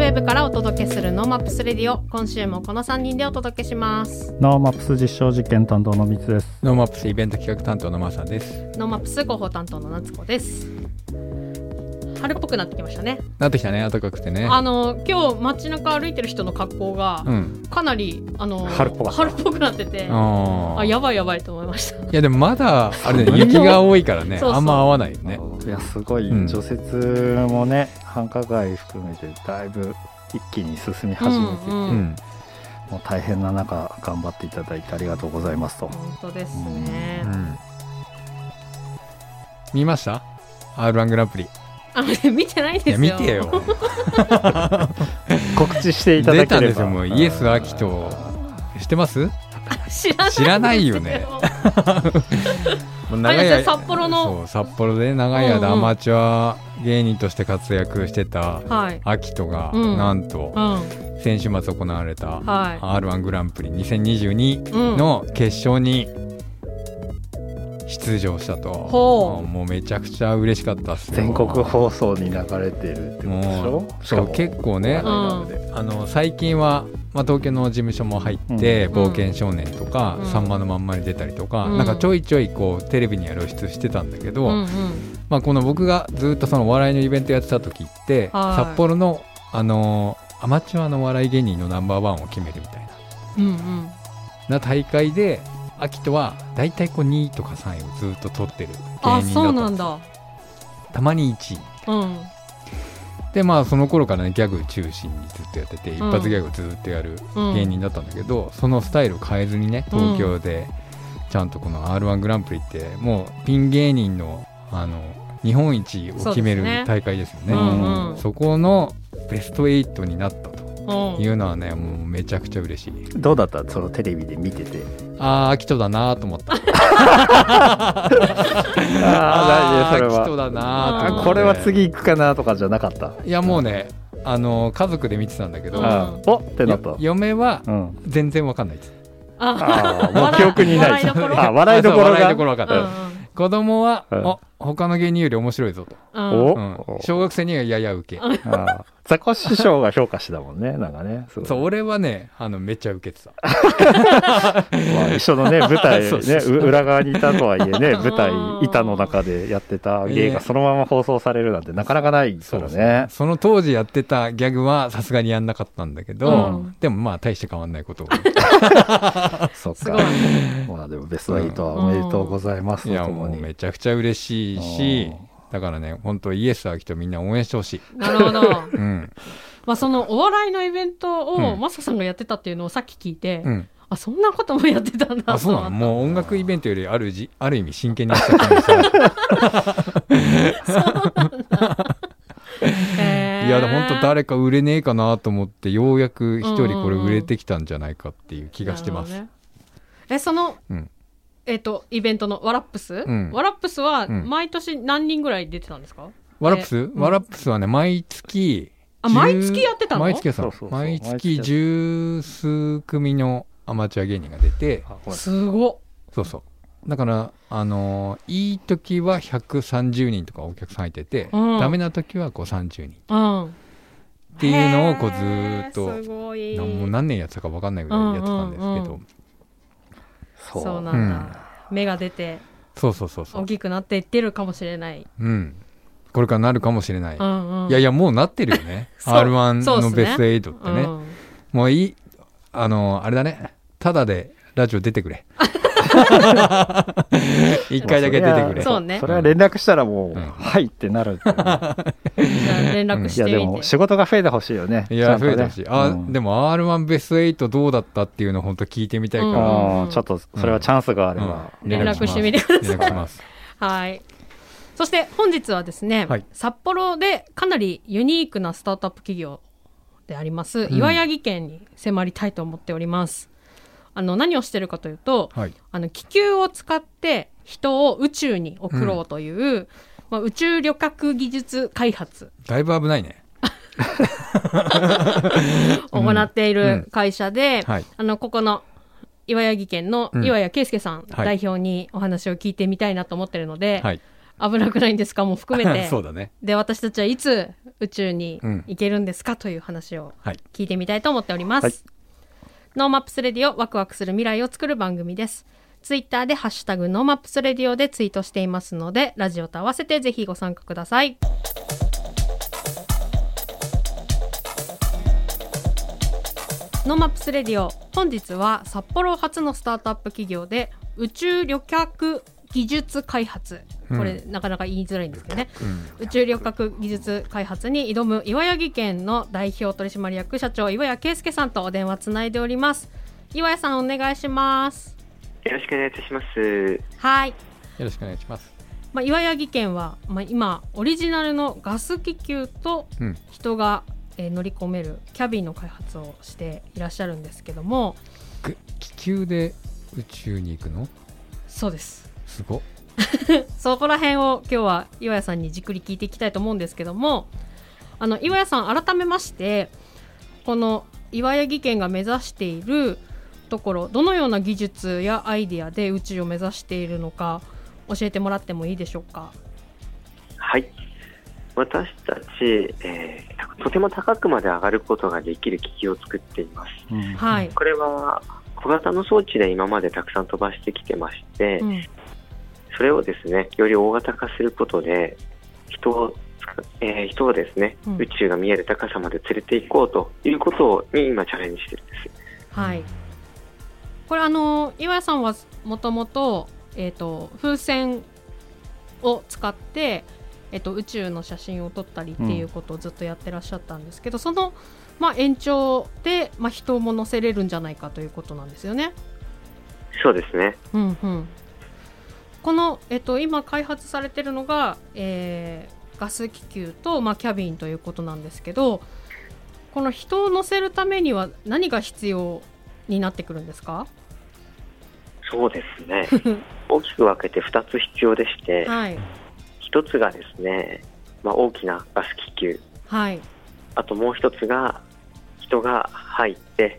ェブからお届けするノーマップスレディオ、今週もこの3人でお届けします。 ノーマップス実証実験担当のみつです。 ノーマップスイベント企画担当のまさです。 ノーマップス広報担当のなつこです。春っぽくなってきましたね。 なってきたね、暖かくてね。 今日街中歩いてる人の格好が、かなり春っぽくなってて、やばいやばいと思いました。 いやでもまだあれ、ね、雪が多いからねそうそう、あんま合わないよね。 いやすごい、除雪もね、繁華街含めてだいぶ一気に進み始めてて、もう大変な中頑張っていただいてありがとうございますと。 本当ですね。 見ました R1 グランプリ。 見てないですよ。 いや見てよ告知していただければ。出たんですよ、 もうイエス・アキト知ってます？知らないよね長い間札幌の札幌で長い間アマチュア芸人として活躍してたアキトが、なんと、先週末行われた R1 グランプリ2022の決勝に出場したと。もうめちゃくちゃ嬉しかったっすよ。 全国放送に流れてるってことでしょ。 そう結構ね、最近は、東京の事務所も入って、冒険少年とか、さんまのまんまに出たりとか、なんかちょいちょいこうテレビには露出してたんだけど、この僕がずっとその笑いのイベントやってた時って、札幌のアマチュアの笑い芸人のナンバーワンを決めるみたいな、大会でアキトはだいたいこう2位とか3位をずっと取ってる芸人だったんです。 そうなんだ。 たまに1位、でその頃からねギャグ中心にずっとやってて、一発ギャグずっとやる芸人だったんだけど、そのスタイルを変えずにね、東京でちゃんとこの R1 グランプリってもうピン芸人の日本一を決める大会ですよね。そこのベスト8になったというのはね、もうめちゃくちゃ嬉しい。 どうだった？そのテレビで見てて。 アキトだなと思った。アキトだなと思って。 これは次行くかなとかじゃなかった？ いやもうね、家族で見てたんだけど、 おってなった。 嫁は全然わかんないです。 もう記憶にない。笑いどころが分かった。子供は他の芸人より面白いぞと。小学生にはやや受け。 ザコ師匠が評価したもんね、なんかね。 そう、俺はね、めっちゃ受けてた。 一緒のね、舞台ね、裏側にいたとはいえね、舞台板の中でやってた芸がそのまま放送されるなんてなかなかないからね。 その当時やってたギャグはさすがにやんなかったんだけど、でも大して変わんないことを。 そっか。でもベスト8はおめでとうございます。 いやもうめちゃくちゃ嬉しいし。だからね、本当イエス・アキトみんな応援してほしい。 なるほど。そのお笑いのイベントをマサさんがやってたっていうのをさっき聞いて、そんなこともやってたんだ。 そうなの。もう音楽イベントよりある意味真剣にやってた感じ。そうなんだ。いや本当誰か売れねえかなと思って、ようやく一人これ売れてきたんじゃないかっていう気がしてます。 そのイベントのワラップス、ワラップスは毎年何人ぐらい出てたんですか？ ワラップスはね、毎月やってたの？ 毎月十数組のアマチュア芸人が出て、 すごっ。 そうだからいい時は130人とかお客さん入ってて、ダメな時は30人、っていうのをこうずっともう何年やってたか分かんないぐらいやってたんですけど、 そうなんだ。芽が出て、 そう大きくなっていってるかもしれない。 これからなるかもしれない。いやもうなってるよね。R1 のベスト8ってね。もういい、あれだね。ただでラジオ出てくれ。一回だけ出てくれ。 そうね。 それは連絡したらもう、はいってなる。 連絡してみて。 いやでも仕事が増えてほしいよね。 いや増えてほしい。でも R1 ベスト8どうだったっていうのを本当聞いてみたいから、 ちょっとそれはチャンスがあれば連絡してみてください。 連絡します。 はい。そして本日はですね、札幌でかなりユニークなスタートアップ企業であります岩谷技研に迫りたいと思っております。何をしてるかというと、気球を使って人を宇宙に送ろうという、宇宙旅客技術開発、 だいぶ危ないね。 行っている会社で、ここの岩谷技研の岩谷圭介さん、代表にお話を聞いてみたいなと思ってるので、危なくないんですかも含めてそうだね。 で私たちはいつ宇宙に行けるんですか、という話をはい聞いてみたいと思っております、 はい、 ノーマップスレディオ、ワクワクする未来を作る番組です。ツイッターでハッシュタグノーマップスレディオでツイートしていますので、ラジオと合わせてぜひご参加ください。ノーマップスレディオ、本日は札幌発のスタートアップ企業で宇宙旅客技術開発、これなかなか言いづらいんですけどね、宇宙旅客技術開発に挑む岩谷県の代表取締役社長岩谷圭介さんとお電話つないでおります。岩谷さん、お願いします。 よろしくお願いいたします。 はい、 よろしくお願いします。 岩谷県は、今オリジナルのガス気球と人が、乗り込めるキャビンの開発をしていらっしゃるんですけども、 気球で宇宙に行くの？ そうです。 すごっそこら辺を今日は岩谷さんにじっくり聞いていきたいと思うんですけども、岩谷さん、改めましてこの岩谷県が目指しているところ、どのような技術やアイデアで宇宙を目指しているのか教えてもらってもいいでしょうか？ はい、私たち、とても高くまで上がることができる機器を作っています、 はい、 これは小型の装置で今までたくさん飛ばしてきてまして、それをですね、より大型化することで人をですね、宇宙が見える高さまで連れて行こうということに今チャレンジしているんです。 はい、これ岩谷さんはもともと風船を使って、宇宙の写真を撮ったりっていうことをずっとやってらっしゃったんですけど、その、延長で、人も乗せれるんじゃないかということなんですよね。 そうですね、 この、今開発されているのが、ガス気球と、キャビンということなんですけど、この人を乗せるためには何が必要になってくるんですか？ そうですね大きく分けて2つ必要でして、 はい、 1つがですね、大きなガス気球、 はい、 あともう1つが人が入って、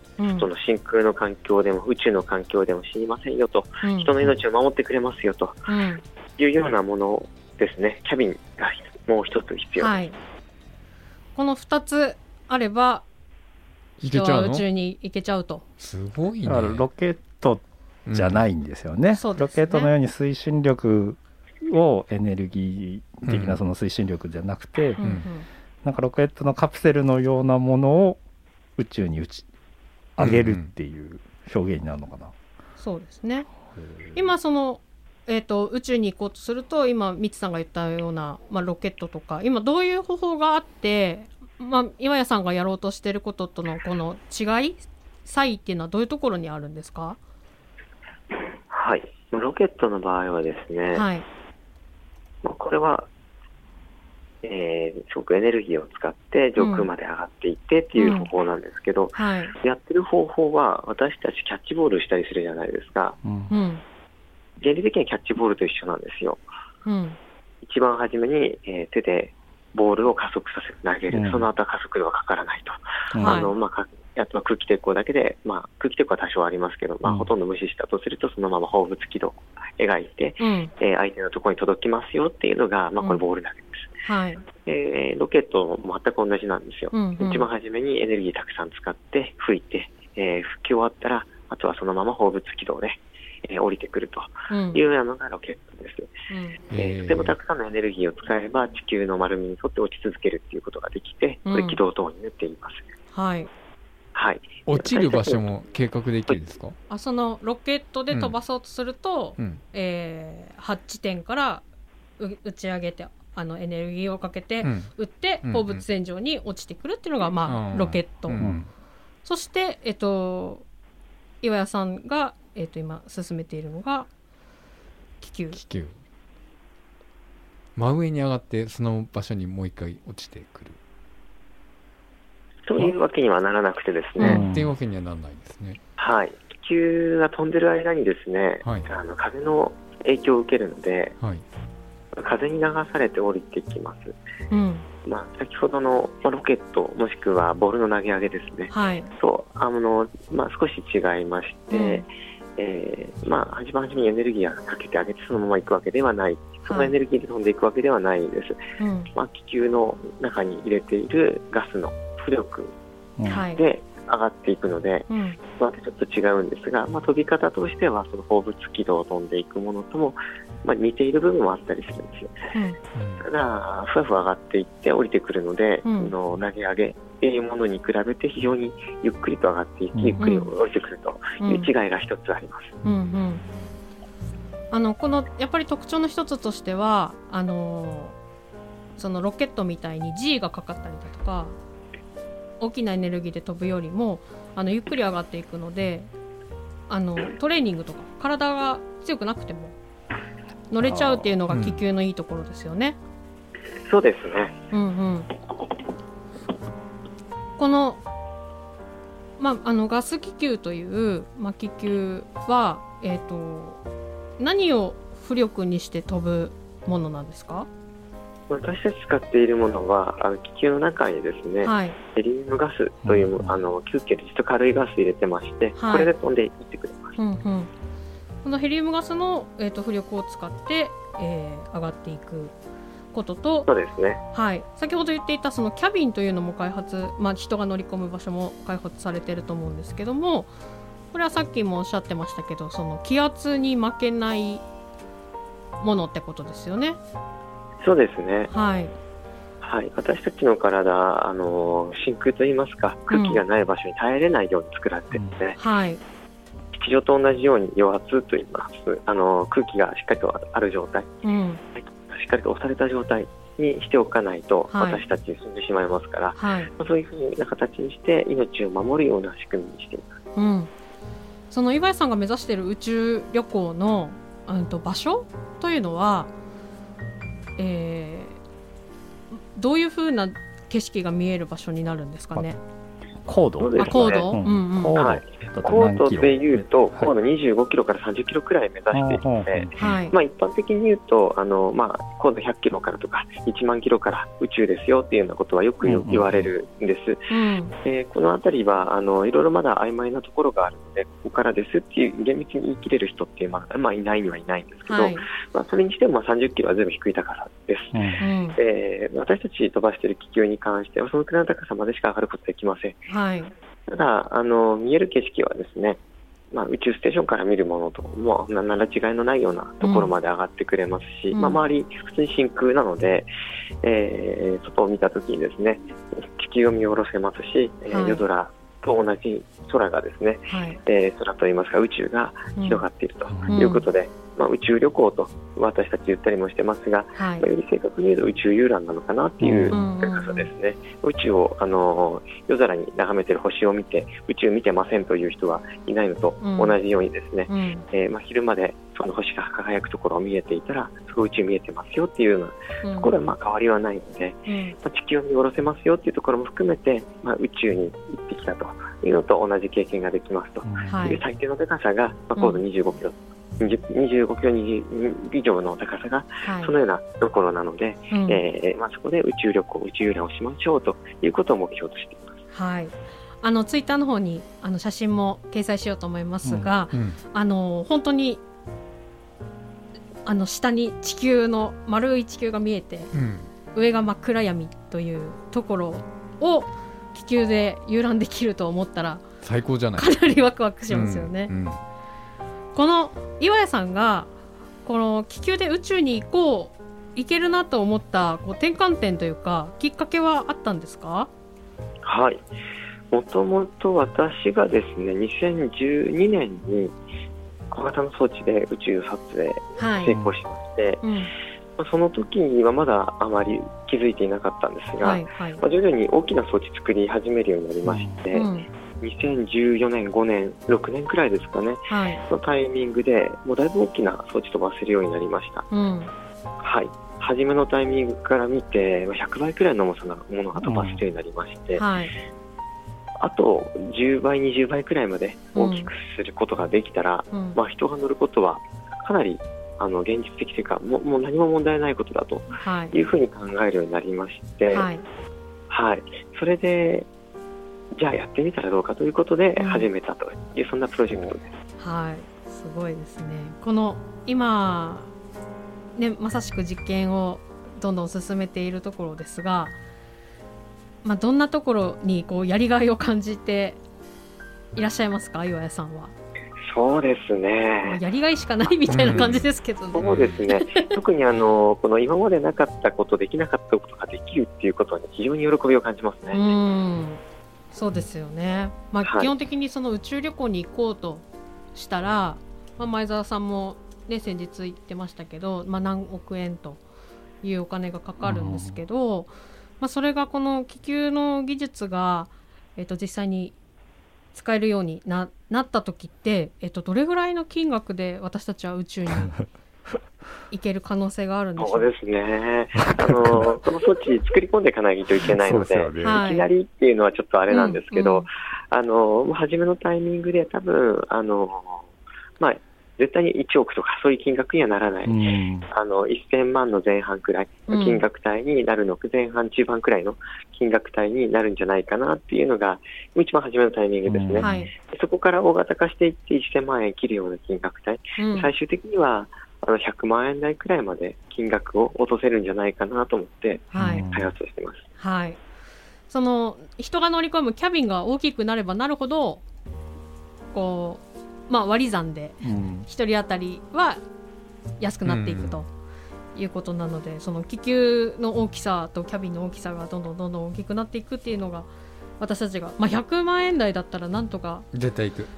外の真空の環境でも宇宙の環境でも死にませんよと、人の命を守ってくれますよと、いうようなものですね。キャビンがもう1つ必要です、はい、 この2つあれば人は宇宙に行けちゃうと。 すごいね。 ロケットじゃないんですよね、ロケットのように推進力をエネルギー的なその推進力じゃなくて、なんかロケットのカプセルのようなものを宇宙に上げるっていう表現になるのかな。 そうですね。今その、宇宙に行こうとすると、今ミツさんが言ったような、ロケットとか今どういう方法があって、岩谷さんがやろうとしていることとのこの違い、差異っていうのはどういうところにあるんですか？ はい、ロケットの場合はですね、はい、これは、すごくエネルギーを使って上空まで上がっていってっていう方法なんですけど、やってる方法は私たちキャッチボールしたりするじゃないですか、原理的にはキャッチボールと一緒なんですよ、一番初めに、手でボールを加速させて投げる、その後は加速度はかからないと、あとは空気抵抗だけで、空気抵抗は多少ありますけど、ほとんど無視したとするとそのまま放物軌道を描いて、相手のところに届きますよっていうのが、これボール投げです、ロケットも全く同じなんですよ、一番初めにエネルギーたくさん使って吹いて、吹き終わったらあとはそのまま放物軌道で、降りてくるというようなのがロケットです、とてもたくさんのエネルギーを使えば地球の丸みに沿って落ち続けるということができて、これ軌道投入って言います、 落ちる場所も計画できるんですか？ そのロケットで飛ばそうとすると、8地点から打ち上げてエネルギーをかけて打って、放物線上に落ちてくるっていうのが、ロケット、そして、岩谷さんが、今進めているのが気球。 真上に上がってその場所にもう一回落ちてくるというわけにはならなくてですね、 っていうわけにはならないですね。 はい、気球が飛んでる間にですね、風の影響を受けるので、風に流されて降りてきます、先ほどのロケットもしくはボールの投げ上げですね、と少し違いまして、一番初めにエネルギーをかけてあげてそのまま行くわけではない、 そのエネルギーで飛んでいくわけではないんです。気球の中に入れているガスの浮力で上がっていくので、ちょっと違うんですが、飛び方としてはその放物軌道を飛んでいくものとも、似ている部分もあったりするんですよ。ただふわふわ上がっていって降りてくるので、投げ上げっていうものに比べて非常にゆっくりと上がっていき、ゆっくり降りてくるという違いが一つあります。 このやっぱり特徴の一つとしてはそのロケットみたいに G がかかったりだとか大きなエネルギーで飛ぶよりもゆっくり上がっていくのでトレーニングとか体が強くなくても乗れちゃうっていうのが気球のいいところですよね。 そうですね。 この、ガス気球という、気球は、何を浮力にして飛ぶものなんですか？ 私たち使っているものは気球の中にですね、ヘリウムガスという吸気よりちょっと軽いガス入れてまして、これで飛んでいってくれます。 このヘリウムガスの、浮力を使って、上がっていくことと、 そうですね。 先ほど言っていたそのキャビンというのも開発、人が乗り込む場所も開発されていると思うんですけども、これはさっきもおっしゃってましたけど、その気圧に負けないものってことですよね。 そうですね。私たちの体真空といいますか、空気がない場所に耐えれないように作られているので、地上と同じように余圧といいます空気がしっかりとある状態、しっかりと押された状態にしておかないと、私たち死んでしまいますから、そういうふうな形にして命を守るような仕組みにしています。 その岩井さんが目指している宇宙旅行の、場所というのは、どういうふうな景色が見える場所になるんですかね。 高度ですね。 高度でいうと、高度25キロから30キロくらい目指しているので、一般的に言うと高度100キロからとか1万キロから宇宙ですよっていうようなことはよく言われるんです。このあたりはいろいろまだ曖昧なところがあるので、ここからですっていう厳密に言い切れる人っていういないにはいないんですけど、それにしても30キロは全部低い高さです。私たち飛ばしている気球に関してはそのくらいの高さまでしか上がることできません。ただ見える景色はですね、宇宙ステーションから見るものとも何ら違いのないようなところまで上がってくれますし、周り普通に真空なので、外を見たときにですね、地球を見下ろせますし、夜空と同じ空がですね、空といいますか宇宙が広がっているということで、宇宙旅行と私たち言ったりもしてますが、より正確に言うと宇宙遊覧なのかなっていう高さですね。宇宙を夜空に眺めている星を見て宇宙見てませんという人はいないのと同じようにですね、昼までその星が輝くところを見えていたらそこ宇宙見えてますよっていうようなところは変わりはないので、地球を見下ろせますよっていうところも含めて、宇宙に行ってきたというのと同じ経験ができますという最低の高さが、高度25キロ25キロ以上の高さがそのようなところなので、そこで宇宙旅行、宇宙遊覧をしましょうということを目標としています。 ツイッターの方に写真も掲載しようと思いますが、本当に下に地球の丸い地球が見えて、上が真っ暗闇というところを気球で遊覧できると思ったら最高じゃない、 かなりワクワクしますよね。この岩谷さんがこの気球で宇宙に行けるなと思った転換点というかきっかけはあったんですか？ もともと私がですね2012年に小型の装置で宇宙撮影成功しまして、その時にはまだあまり気づいていなかったんですが、徐々に大きな装置作り始めるようになりまして、2014年、5年、6年くらいですかね、そのタイミングでもうだいぶ大きな装置飛ばせるようになりました。初めのタイミングから見て100倍くらいの重さのものが飛ばせるようになりまして、あと10倍、20倍くらいまで大きくすることができたら、人が乗ることはかなり現実的というかもう何も問題ないことだというふうに考えるようになりまして、それでじゃあやってみたらどうかということで始めたという、そんなプロジェクトです。 すごいですね。この今ね、まさしく実験をどんどん進めているところですが、どんなところにこうやりがいを感じていらっしゃいますか、岩屋さんは。 そうですね、 やりがいしかないみたいな感じですけどね。 そうですね特にこの今までなかったこと、できなかったことができるっていうことに非常に喜びを感じますね。 そうですよね、基本的にその宇宙旅行に行こうとしたら、前澤さんも、ね、先日言ってましたけど、何億円というお金がかかるんですけど、それがこの気球の技術が、実際に使えるように なった時って、どれぐらいの金額で私たちは宇宙に行ける可能性があるんでしょうか。 そうですねこの装置作り込んでいかないといけないので、いきなりっていうのはちょっとあれなんですけど、初めのタイミングで多分絶対に1億とかそういう金額にはならない、1000万の前半くらいの金額帯になるのか、前半中盤くらいの金額帯になるんじゃないかなっていうのが一番初めのタイミングですね。そこから大型化していって1000万円切るような金額帯、最終的には100万円台くらいまで金額を落とせるんじゃないかなと思って開発をしています。 その人が乗り込むキャビンが大きくなればなるほど、こう割り算で1人当たりは安くなっていくということなので、その気球の大きさとキャビンの大きさがどんどん大きくなっていくっていうのが、私たちが、100万円台だったらなんとか絶対行く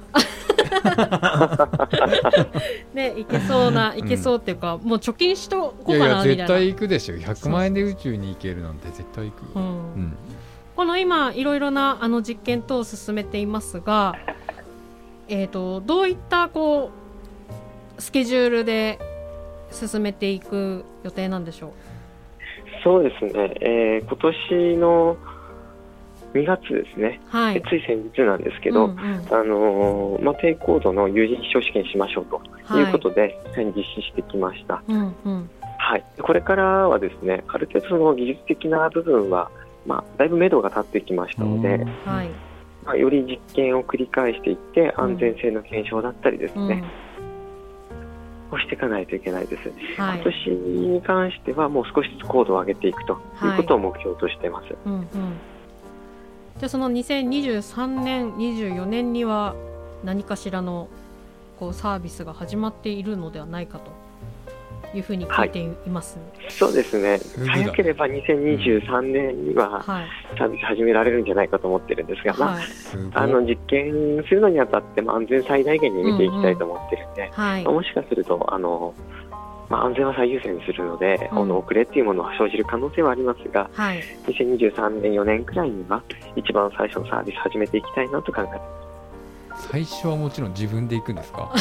ね、いけそうっていうか、もう貯金しとこうかなみたいな。 絶対行くでしょ。100万円で宇宙に行けるなんて絶対行く、 この今いろいろな実験等を進めていますが、どういったスケジュールで進めていく予定なんでしょう。 そうですね、今年の2月ですね、つい先日なんですけど、低高度の有人飛翔試験しましょうということで、実施してきました。これからはですね、ある程度その技術的な部分は、だいぶ目処が立ってきましたので、より実験を繰り返していって安全性の検証だったりですね、をしていかないといけないです。今年に関してはもう少しずつ高度を上げていくということを目標としています。 じゃあその2023年24年には何かしらのサービスが始まっているのではないかというふうに聞いています。 そうですね、早ければ2023年にはサービス始められるんじゃないかと思ってるんですが、実験するのにあたって安全最大限に見ていきたいと思ってるんで、もしかすると安全は最優先にするので、遅れっていうものは生じる可能性はありますが、2023年4年くらいには一番最初のサービス始めていきたいなと考えています。 最初はもちろん自分で行くんですか？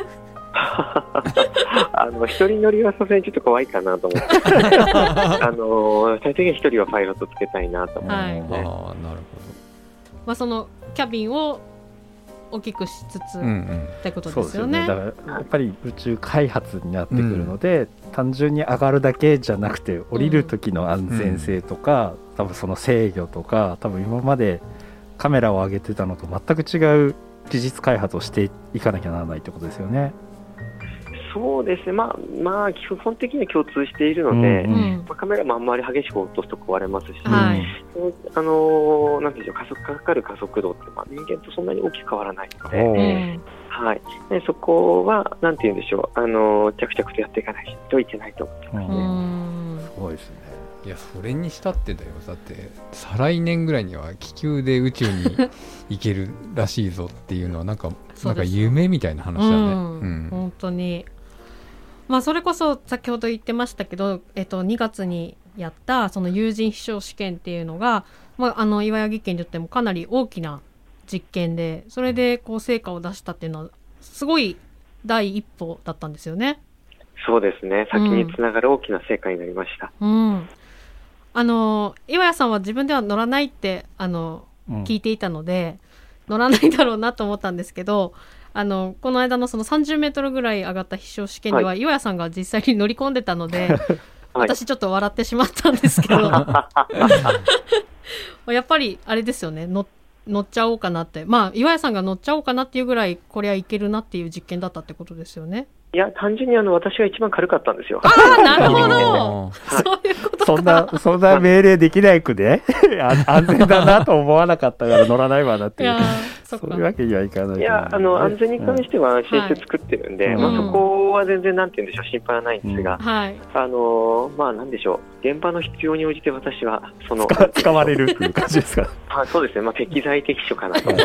一人乗りはさすがにちょっと怖いかなと思って最低限一人はパイロットつけたいなと思って、なるほど。そのキャビンを大きくしつつ、ってことですよね。 だからやっぱり宇宙開発になってくるので、単純に上がるだけじゃなくて降りる時の安全性とか、多分その制御とか、多分今までカメラを上げてたのと全く違う技術開発をしていかなきゃならないってことですよね。 そうですね、基本的には共通しているので、カメラもあんまり激しく落とすと壊れますし、なんていうんでしょう、かかる加速度って人間とそんなに大きく変わらないので、でそこはなんていうんでしょう、着々とやっていかないといけないと思ってますね。 すごいですね。 いや、それにしたってだよ。だって再来年ぐらいには気球で宇宙に行けるらしいぞっていうのはなんか夢みたいな話だね。 本当に。それこそ先ほど言ってましたけど、2月にやったその有人飛翔試験っていうのが、岩谷技研にとってもかなり大きな実験で、それで成果を出したっていうのはすごい第一歩だったんですよね。 そうですね、先につながる大きな成果になりました。 岩谷さんは自分では乗らないって聞いていたので、乗らないだろうなと思ったんですけど、この間のその30メートルぐらい上がった飛翔試験では、岩谷さんが実際に乗り込んでたので、私ちょっと笑ってしまったんですけどやっぱりあれですよね、乗っちゃおうかなって、岩谷さんが乗っちゃおうかなっていうぐらいこれはいけるなっていう実験だったってことですよね。 いや、単純に私が一番軽かったんですよ。 ああ、なるほど。そういうことか。 そんな命令できないくで安全だなと思わなかったから乗らないわなっていう。そういうわけにはいかない。 いや、安全に関しては安心して作ってるんで、そこは全然なんて言うんでしょう、心配はないんですが、なんでしょう、現場の必要に応じて私は使われるっていう感じですか。 そうですね、適材適所かなと思って。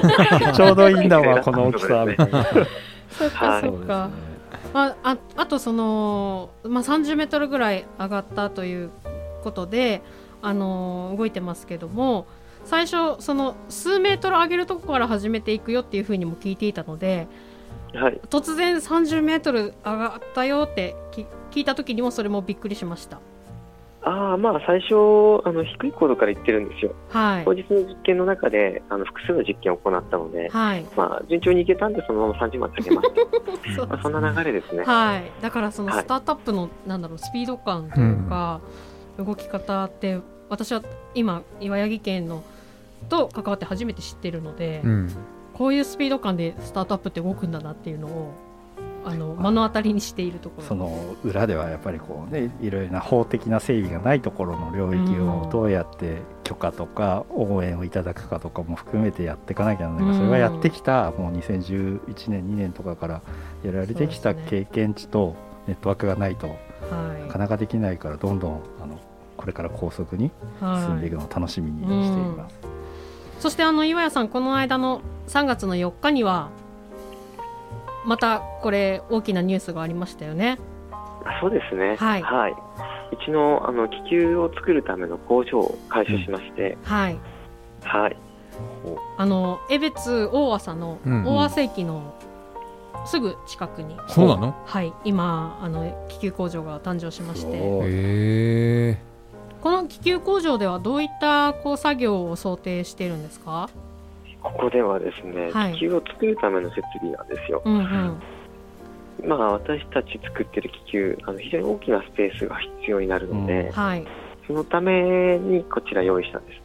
ちょうどいいんだわ、この大きさ。 そうか、そうか。あと30メートルぐらい上がったということで動いてますけども、最初数メートル上げるところから始めていくよっていうふうにも聞いていたので、突然30メートル上がったよって聞いた時にもそれもびっくりしました。 最初低い高度から行ってるんですよ。当日の実験の中で複数の実験を行ったので、順調にいけたんでそのまま30まで上げましたそんな流れですね。 だからスタートアップのスピード感というか、動き方って私は今岩谷県のと関わって初めて知ってるので、こういうスピード感でスタートアップって動くんだなっていうのを目の当たりにしているところ、 その裏ではやっぱりいろいろな法的な整備がないところの領域をどうやって許可とか応援をいただくかとかも含めてやっていかなきゃならない、それはやってきたもう2011年2年とかからやられてきた経験値とネットワークがないとなかなかできないから、どんどんこれから高速に進んでいくのを楽しみにしています。 そして岩谷さん、この間の3月の4日にはまたこれ大きなニュースがありましたよね。 そうですね、うちの気球を作るための工場を改修しまして、 江別大浅の大浅駅のすぐ近くに、 そうなの？ 今気球工場が誕生しまして、この気球工場ではどういった作業を想定しているんですか？ ここではですね、気球を作るための設備なんですよ。私たち作ってる気球、非常に大きなスペースが必要になるので、そのためにこちら用意したんです。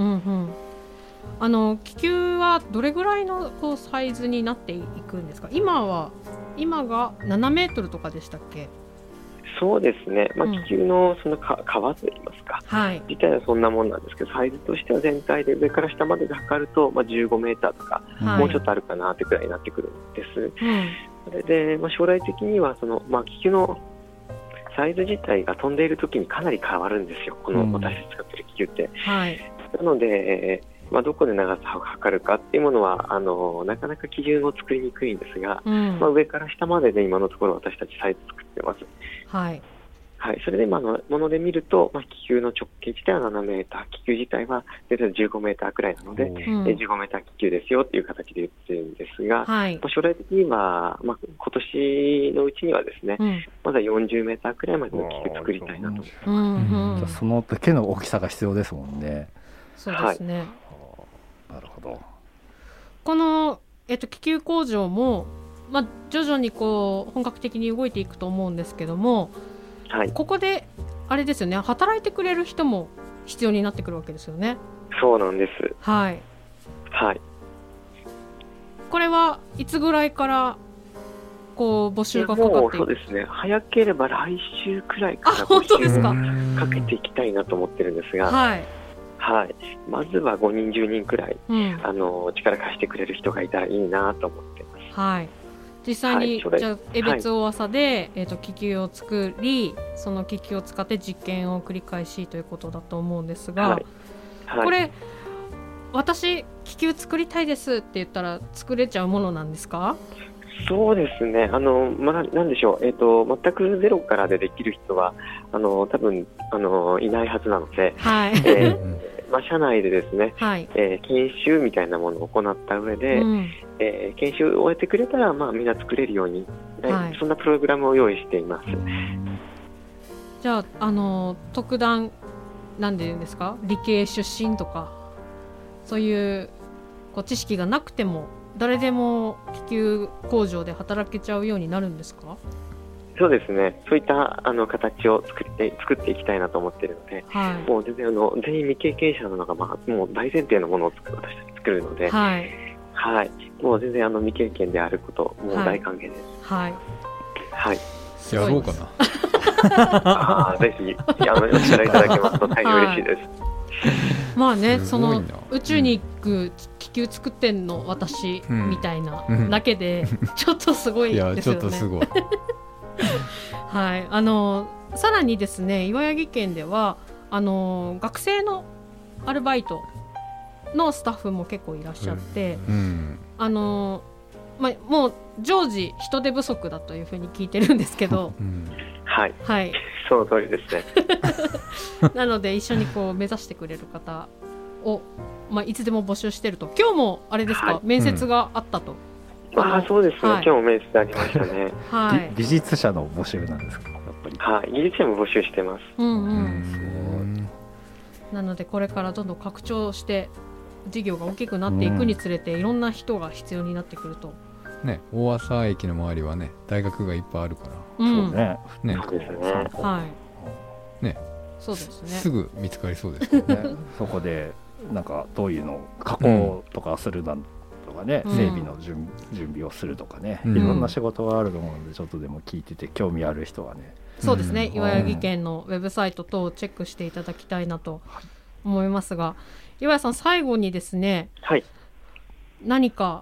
気球はどれぐらいのサイズになっていくんですか？今が7メートルとかでしたっけ？ そうですね、気球のその皮といいますか、自体はそんなもんなんですけど、サイズとしては全体で上から下までで測ると、15メーターとか、もうちょっとあるかなってくらいになってくるんです。それで、将来的には気球のサイズ自体が飛んでいるときにかなり変わるんですよ、この私たち使っている気球って。なので、どこで長さを測るかっていうものはなかなか基準を作りにくいんですが、上から下までで今のところ私たちサイズ作ってます。それでもので見ると、気球の直径自体は7メーター、気球自体は大体15メーターくらいなので、15メーター気球ですよっていう形で言ってるんですが、将来的には、今年のうちにはですね、まだ40メーターくらいまでの気球作りたいなと思います。 そのだけの大きさが必要ですもんね。 そうですね。 なるほど。 この、気球工場も、徐々に本格的に動いていくと思うんですけども、ここであれですよね、働いてくれる人も必要になってくるわけですよね。 そうなんです。 これはいつぐらいから募集がかかっていく？ そうですね、早ければ来週くらいから募集をかけていきたいなと思ってるんですが、まずは5人10人くらい、力貸してくれる人がいたらいいなと思ってます。 実際に、じゃあ江別大浅で、気球を作り、その気球を使って実験を繰り返しということだと思うんですが、これ私気球作りたいですって言ったら作れちゃうものなんですか？ そうですね、なんでしょう、全くゼロからできる人は多分いないはずなので、社内でですね、研修みたいなものを行った上で、研修を終えてくれたら、みんな作れるように、そんなプログラムを用意しています。 じゃあ、特段なんていうんですか、理系出身とかそういう知識がなくても誰でも気球工場で働けちゃうようになるんですか？ そうですね、そういった形を作っていきたいなと思っているので、もう全然全員未経験者なのが、もう大前提のものを私たち作るので、もう全然未経験であることもう大歓迎です。 はい。 やろうかな。 ぜひお力いただけますと大変嬉しいです。 まあね、その宇宙に行く気球作ってんの私みたいなだけでちょっとすごいですよね。 いやちょっとすごい。 はい、さらにですね、岩谷県では学生のアルバイトのスタッフも結構いらっしゃって、もう常時人手不足だというふうに聞いてるんですけど、 はい、 はい、 その通りですね。 なので一緒にこう目指してくれる方を、いつでも募集してると。今日もあれですか、はい、面接があったと。 そうですね、はい、今日も面接ありましたね。 はい、技術者の募集なんですか、やっぱり。 はい、技術者も募集してます。 なのでこれからどんどん拡張して事業が大きくなっていくにつれて、いろんな人が必要になってくると。 ね、大浅駅の周りはね、大学がいっぱいあるから。 そうね。 そうですね。 はい。 ね。 そうですね。 すぐ見つかりそうですよね。 そこでなんかどういうの加工とかするなんとかね、整備の準備をするとかね、いろんな仕事があると思うので、ちょっとでも聞いてて興味ある人はね。 そうですね。岩谷県のウェブサイト等をチェックしていただきたいなと思いますが、岩谷さん最後にですね。 はい。 何か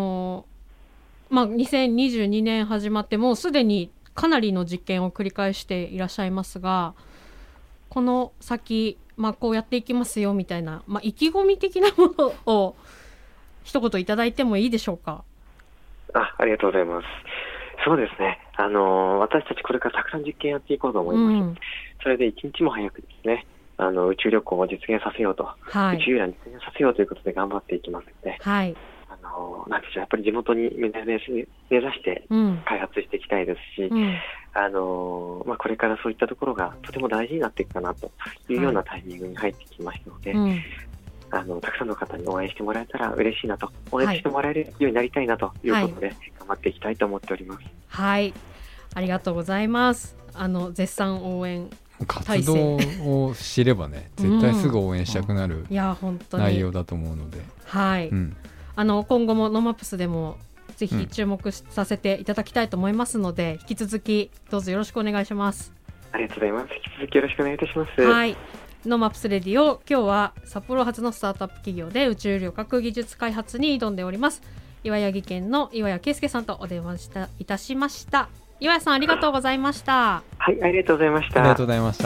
2022年始まってもうすでにかなりの実験を繰り返していらっしゃいますが、この先、こうやっていきますよみたいな、意気込み的なものを一言いただいてもいいでしょうか。 ありがとうございます。そうですね、私たちこれからたくさん実験やっていこうと思います。それで一日も早くですね、宇宙旅行を実現させようと、宇宙遊覧実現させようということで頑張っていきますので、 はい、 なんでしょう、やっぱり地元に目指して開発していきたいですし、これからそういったところがとても大事になっていくかなというようなタイミングに入ってきましたので、たくさんの方に応援してもらえたら嬉しいなと、応援してもらえるようになりたいなということで、頑張っていきたいと思っております。 はい、ありがとうございます。絶賛応援活動を知ればね、絶対すぐ応援したくなる内容だと思うので、 はい、今後もノマップスでもぜひ注目させていただきたいと思いますので、引き続きどうぞよろしくお願いします。 ありがとうございます。引き続きよろしくお願いいたします。 はい、ノマップスレディオ、今日は札幌発のスタートアップ企業で宇宙旅客技術開発に挑んでおります岩谷県の岩谷圭介さんとお電話いたしました。岩谷さん、ありがとうございました。 はい、ありがとうございました。 ありがとうございました。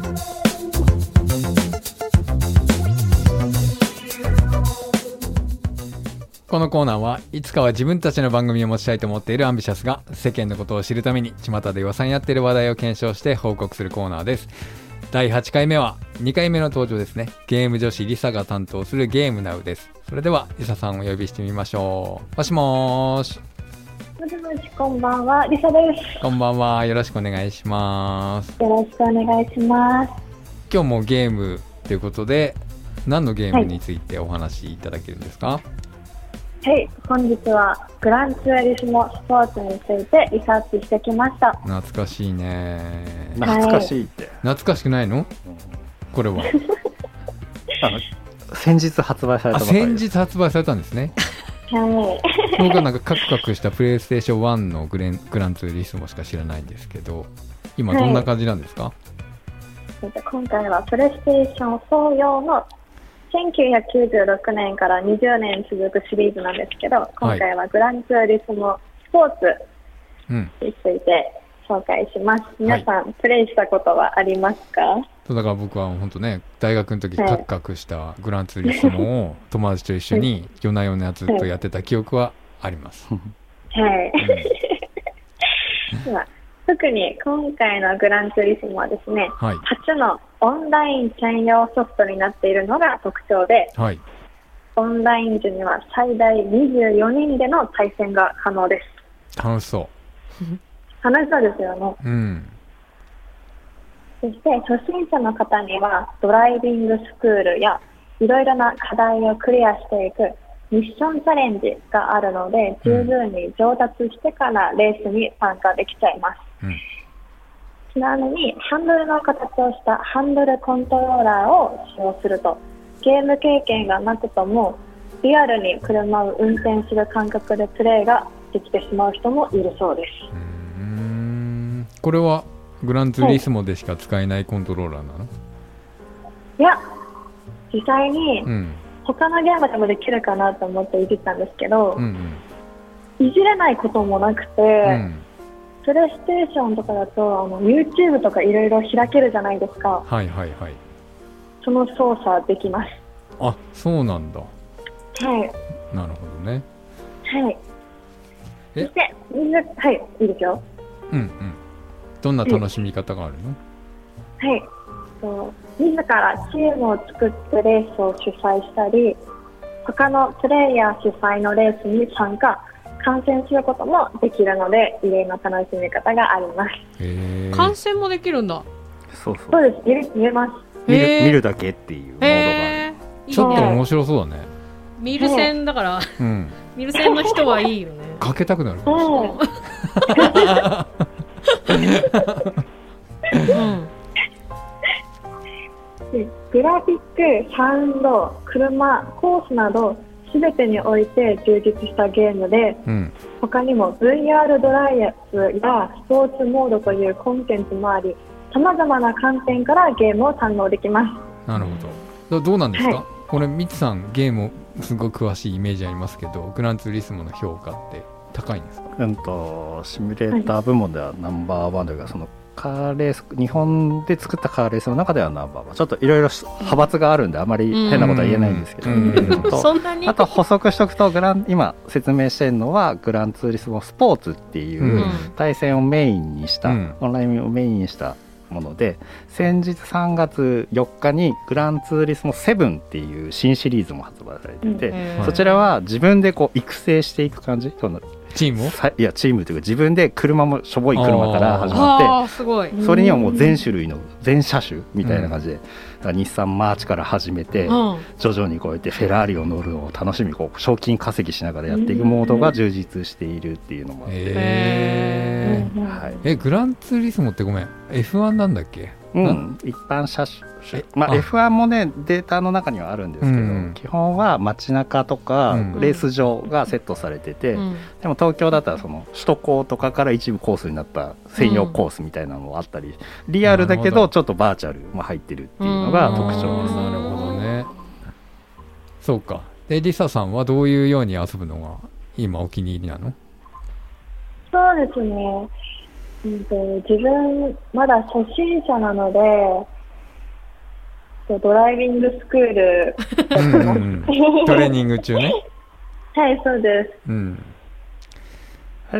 このコーナーはいつかは自分たちの番組を持ちたいと思っているアンビシャスが世間のことを知るために巷で噂になっている話題を検証して報告するコーナーです。第8回目は2回目の登場ですね。ゲーム女子リサが担当するゲームナウです。それではリサさんをお呼びしてみましょう。もしもーし。 もしもし、こんばんは、リサです。 こんばんは、よろしくお願いします。 よろしくお願いします。 今日もゲームということで、何のゲームについてお話しいただけるんですか？ はい、本日はグランツーリスモスポーツについてリサーチしてきました。 懐かしいね。 懐かしいって、 懐かしくないの？これは先日発売されたばかりです。 先日発売されたんですね。 はい。 僕はなんかカクカクしたプレイステーション1のグランツーリスモしか知らないんですけど、今どんな感じなんですか？ 今回はプレイステーション4用の1996年から20年続くシリーズなんですけど、今回はグランツーリスモスポーツについて紹介します。皆さん、プレイしたことはありますか？ だから僕は本当ね、大学の時カクカクしたグランツーリスモを友達と一緒に夜な夜なずっとやってた記憶はあります。 はい。特に今回のグランツーリスモはですね、初のオンライン専用ソフトになっているのが特徴で、オンライン時には最大24人での対戦が可能です。 楽しそう。 楽しそうですよね。そして初心者の方にはドライビングスクールやいろいろな課題をクリアしていくミッションチャレンジがあるので、十分に上達してからレースに参加できちゃいます。ちなみにハンドルの形をしたハンドルコントローラーを使用すると、ゲーム経験がなくともリアルに車を運転する感覚でプレイができてしまう人もいるそうです。 これはグランツーリスモでしか使えないコントローラーなの？ いや、実際に他のゲームでもできるかなと思っていじったんですけど、いじれないこともなくて、プレイステーションとかだとYouTube とかいろいろ開けるじゃないですか。 はいはいはい。 その操作できます。 あ、そうなんだ。はい。なるほどね。 はい。そしてはい、いいですよ。 どんな楽しみ方があるの？はい。自らチームを作ってレースを主催したり、他のプレイヤー主催のレースに観戦することもできるので、いろいろな楽しみ方があります。 観戦もできるんだ。 そうです。見れます。 見るだけっていうモードがある。 ちょっと面白そうだね。 見る線だから、見る線の人はいいよね。 かけたくなるかもグラフィック、サウンド、車、コースなど全てにおいて充実したゲームで、他にも VR ドライヤーやスポーツモードというコンテンツもあり、様々な観点からゲームを堪能できます。 なるほど。どうなんですか？これミツさんゲームすごい詳しいイメージありますけど、グランツーリスモの評価って高いんですか？ シミュレーター部門ではナンバーワンというか、そのカーレース、日本で作ったカーレースの中ではナンバーワン。ちょっといろいろ派閥があるんであまり変なことは言えないんですけど、 そんなに？ あと補足しておくと、今説明してるのはグランツーリスモスポーツっていう対戦をメインにした、オンラインをメインにしたもので、先日3月4日にグランツーリスモ7っていう新シリーズも発売されていて、そちらは自分でこう育成していく感じ。 チームを？ いや、チームというか自分で車もしょぼい車から始まって、 すごい。 それにはもう全種類の全車種みたいな感じで、だから日産マーチから始めて、徐々にこうやってフェラーリを乗るのを楽しみに賞金稼ぎしながらやっていくモードが充実しているっていうのもあって、 グランツーリスモってごめん F1 なんだっけ？ 一般車種、F1 もねデータの中にはあるんですけど、基本は街中とかレース場がセットされてて、でも東京だったらその首都高とかから一部コースになった専用コースみたいなのもあったり、リアルだけどちょっとバーチャルも入ってるっていうのが特徴です。 なるほどね。そうか。でリサさんはどういうように遊ぶのが今お気に入りなの？ そうですね、自分まだ初心者なのでドライビングスクールトレーニング中ね。 はい、そうです。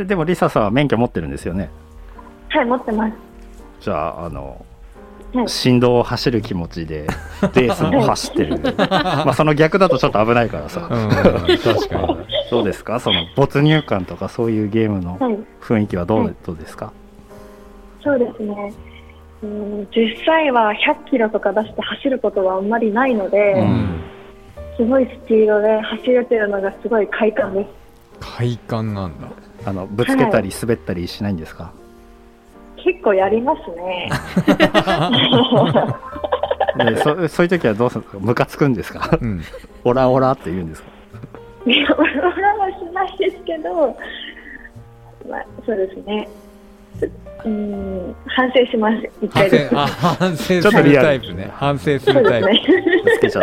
でもリサさんは免許持ってるんですよね？ はい、持ってます。 じゃあ振動を走る気持ちでレースも走ってるその逆だとちょっと危ないからさ、 確かに。 どうですか、その没入感とかそういうゲームの雰囲気はどうですか？ そうですね、実際は100キロとか出して走ることはあんまりないので、すごいスピードで走れてるのがすごい快感です。 快感なんだ。 ぶつけたり滑ったりしないんですか？ 結構やりますね。 そういう時はどうするんですか？ムカつくんですか？オラオラって言うんですか？ いや、オラオラはしないですけど、そうですね、反省します。一回です。 反省するタイプね。反省するタイプ。 つけちゃった。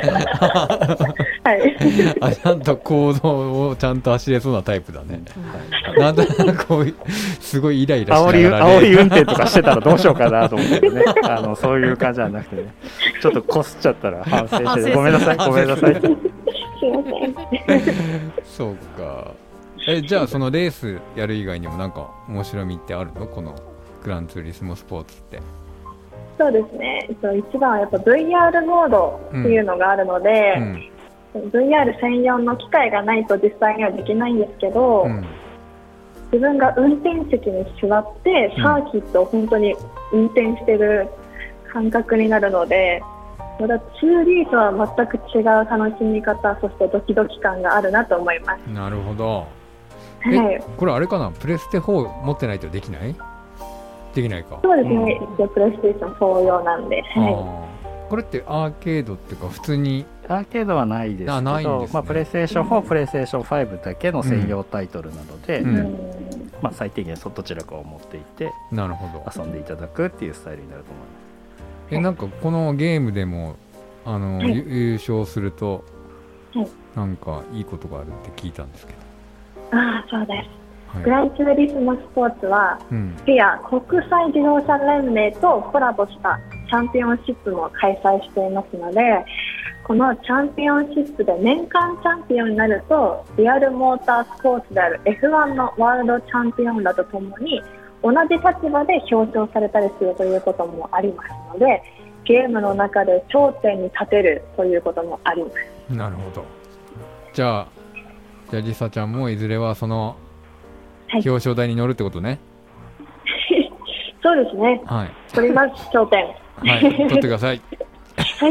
はい。 ちゃんと行動をちゃんと走れそうなタイプだね。なんとなくこうすごいイライラしながらね。 煽り運転とかしてたらどうしようかなと思ってね。そういう感じじゃなくてね。ちょっとこすっちゃったら反省して、ごめんなさい。 すいません。 そうか。じゃあそのレースやる以外にもなんか面白みってあるの？このグランツーリスモスポーツって。 そうですね、一番はやっぱ VR モードっていうのがあるので、VR 専用の機械がないと実際にはできないんですけど、自分が運転席に座ってサーキットを本当に運転してる感覚になるので、まだ 2D とは全く違う楽しみ方、そしてドキドキ感があるなと思います。 なるほど。これあれかな、プレステ4持ってないとできない？できないか。 そうですね、一応プレイステーション4用なんで、 ここれってアーケードっていうか普通にアーケードはないですけど、 ないんですね。 プレイステーション4、プレイステーション5だけの専用タイトルなので、最低限どちらかを持っていてなるほど遊んでいただくっていうスタイルになると思います。 なんかこのゲームでも優勝するとなんかいいことがあるって聞いたんですけど。 そうです。グランツーリスモスポーツは、FIA 国際自動車連盟とコラボしたチャンピオンシップも開催していますので、このチャンピオンシップで年間チャンピオンになるとリアルモータースポーツである F1 のワールドチャンピオンらとともに同じ立場で表彰されたりするということもありますので、ゲームの中で頂点に立てるということもあります。 なるほど。じゃあリサちゃんもいずれはその表彰台に乗るってことね。 そうですね。取ります頂点。 取ってください。 はい。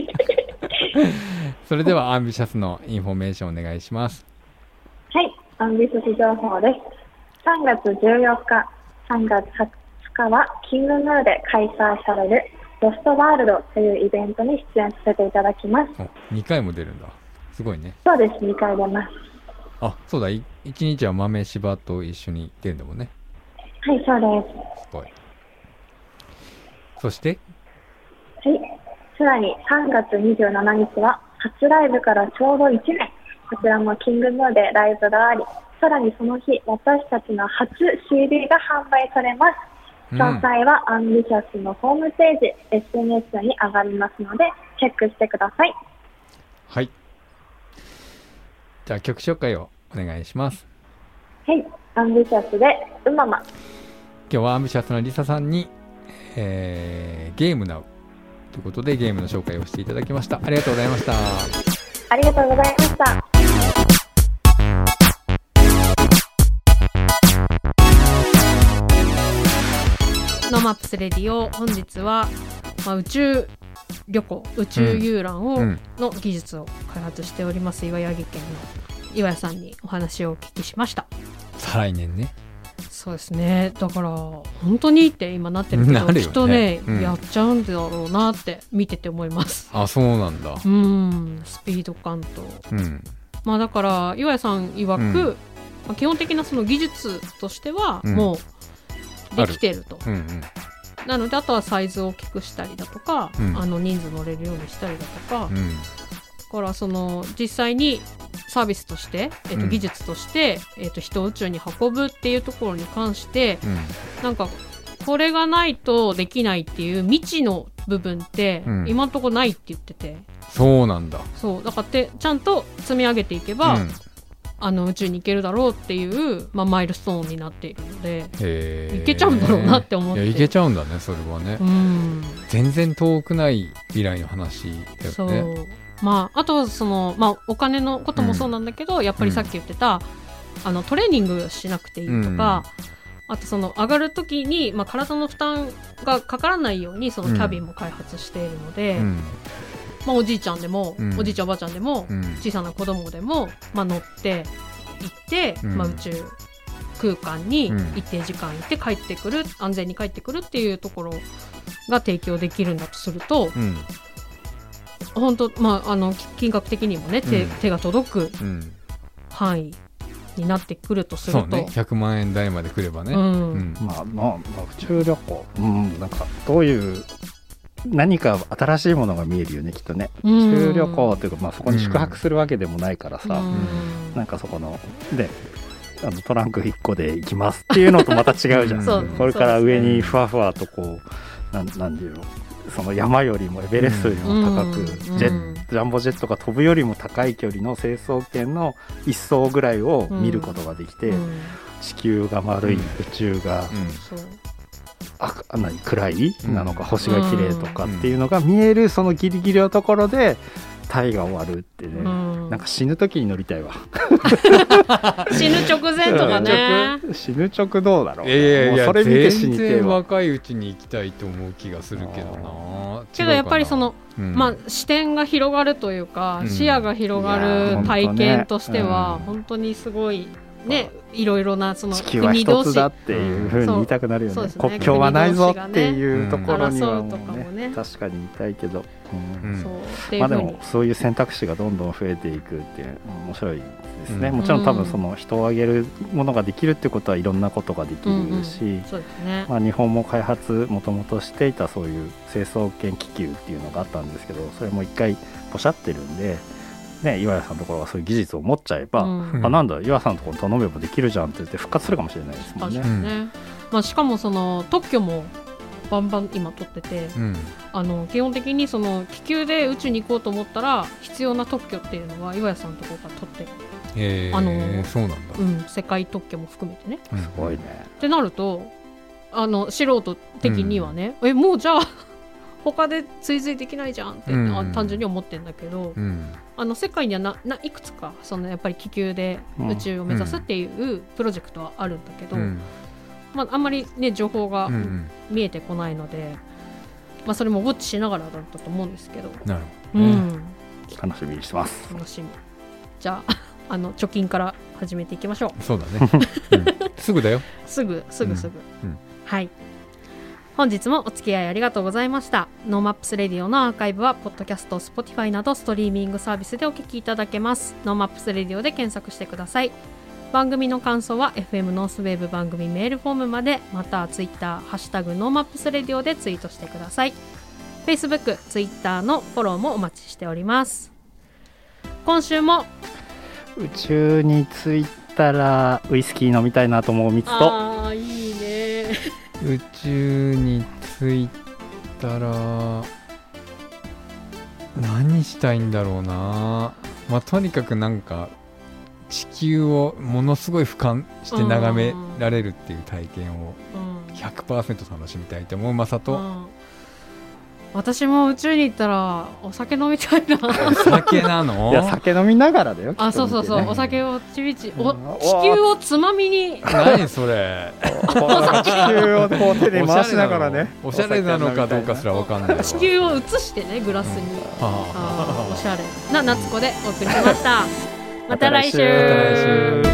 それではアンビシャスのインフォメーションお願いします。 はい、アンビシャス情報です。3月14日、3月20日はキングムーで開催されるロストワールドというイベントに出演させていただきます。 2回も出るんだ。すごいね。 そうです、2回出ます。 そうだ、1日は豆柴と一緒に出るんだもんね。 はい、そうです。 すごい。そしてはい、さらに3月27日は初ライブからちょうど1年、こちらもキングムーでライブがあり、さらにその日私たちの初 CD が販売されます。詳細はアンビシャスのホームページ、SNS に上がりますのでチェックしてください。 はい、じゃあ曲紹介をお願いします。 はい、アンビシャスでうまま。 今日はアンビシャスのリサさんに、ゲームナウということでゲームの紹介をしていただきました。ありがとうございました。 ありがとうございました。 ノマップスレディオ、本日は、宇宙旅行、宇宙遊覧の技術を開発しております岩谷県の岩谷さんにお話をお聞きしました。 再来年ね。 そうですね。だから本当にって今なってるけど、きっとね、やっちゃうんだろうなって見てて思います。 そうなんだ。 スピード感と、だから岩谷さん曰く、基本的なその技術としてはもうできてると、なのであとはサイズを大きくしたりだとか、人数乗れるようにしたりだとか、だからその実際にサービスとして、技術として、人を宇宙に運ぶっていうところに関して、なんかこれがないとできないっていう未知の部分って、今のところないって言ってて。 そうなんだ。 そうだからちゃんと積み上げていけば、宇宙に行けるだろうっていう、マイルストーンになっているので、行けちゃうんだろうなって思って。 行けちゃうんだね、それはね。全然遠くない未来の話だよね。そう、 あとその、お金のこともそうなんだけど、やっぱりさっき言ってた、トレーニングしなくていいとか、あとその上がるときに、体の負担がかからないようにそのキャビンも開発しているので、おじいちゃんでも、おじいちゃんおばあちゃんでも、小さな子供でも、乗って行って、宇宙空間に一定時間行って帰ってくる、安全に帰ってくるっていうところが提供できるんだとすると、本当、金額的にもね、手が届く範囲になってくるとすると、 そうね、100万円台まで来ればね。 宇宙旅行、なんかどういう何か新しいものが見えるよね、きっとね。宇宙旅行というか、そこに宿泊するわけでもないからさ、なんかそこのでトランク1個で行きますっていうのとまた違うじゃん。これから上にふわふわとこうなんていうの、その山よりもエベレストよりも高く、ジャンボジェットが飛ぶよりも高い距離の成層圏の一層ぐらいを見ることができて、地球が丸い、宇宙が暗いなのか、星が綺麗とかっていうのが見える、そのギリギリのところでタイが終わるってね、なんか死ぬ時に乗りたいわ。 死ぬ直前とかね。 死ぬ直どうだろう。もうそれ見て死にてえわ。 全然若いうちに行きたいと思う気がするけどな。 けどやっぱりその、視点が広がるというか、視野が広がる体験としては、本当にすごいね、 いろいろなその地球は一つだっていうふうに言いたくなるよね。国境はないぞっていうところにはもうね、確かに言いたいけど、まあでもそういう選択肢がどんどん増えていくって面白いですね。もちろん多分その人を挙げるものができるってことはいろんなことができるし、まあ日本も開発もともとしていたそういう成層圏気球っていうのがあったんですけど、それも一回ポシャってるんで。ね、岩谷さんのところがそういう技術を持っちゃえば、あ、なんだ岩谷さんのところに頼めばできるじゃんって言って復活するかもしれないですもんね。 まあ、しかもその特許もバンバン今取ってて、基本的にその気球で宇宙に行こうと思ったら必要な特許っていうのは岩谷さんのところから取ってる。 そうなんだ、 世界特許も含めてね。 すごいね。 ってなると素人的にはね、もうじゃあ他で追随できないじゃんって単純に思ってるんだけど、世界にはいくつかそのやっぱり気球で宇宙を目指すっていうプロジェクトはあるんだけど、まあ、あんまり、ね、情報が見えてこないので、まあ、それもウォッチしながらだったと思うんですけど。 なるほどね、 楽しみにしてます。 楽しみ。じゃあ貯金から始めていきましょう。 そうだね、すぐだよ。 すぐ、はい。本日もお付き合いありがとうございました。ノーマップスレディオのアーカイブはポッドキャスト、Spotify などストリーミングサービスでお聞きいただけます。ノーマップスレディオで検索してください。番組の感想は FM ノースウェーブ番組メールフォームまで、または Twitter ハッシュタグノーマップスレディオでツイートしてください。 Facebook、Twitter のフォローもお待ちしております。今週も宇宙に着いたらウイスキー飲みたいなと思うミツと、 いいね。 宇宙に着いたら何したいんだろうな。まあとにかくなんか地球をものすごい俯瞰して眺められるっていう体験を 100% 楽しみたいと思う。まさと、 私も宇宙に行ったらお酒飲みたいな。 お酒なの？ いや酒飲みながらだよ。 そうそうそう、お酒をちびち地球をつまみに。 何それ？ 地球をこう手で回しながらね。 おしゃれなのかどうかすらわかんない。 地球を移してね、グラスに。おしゃれな夏子でお送りしました。また来週。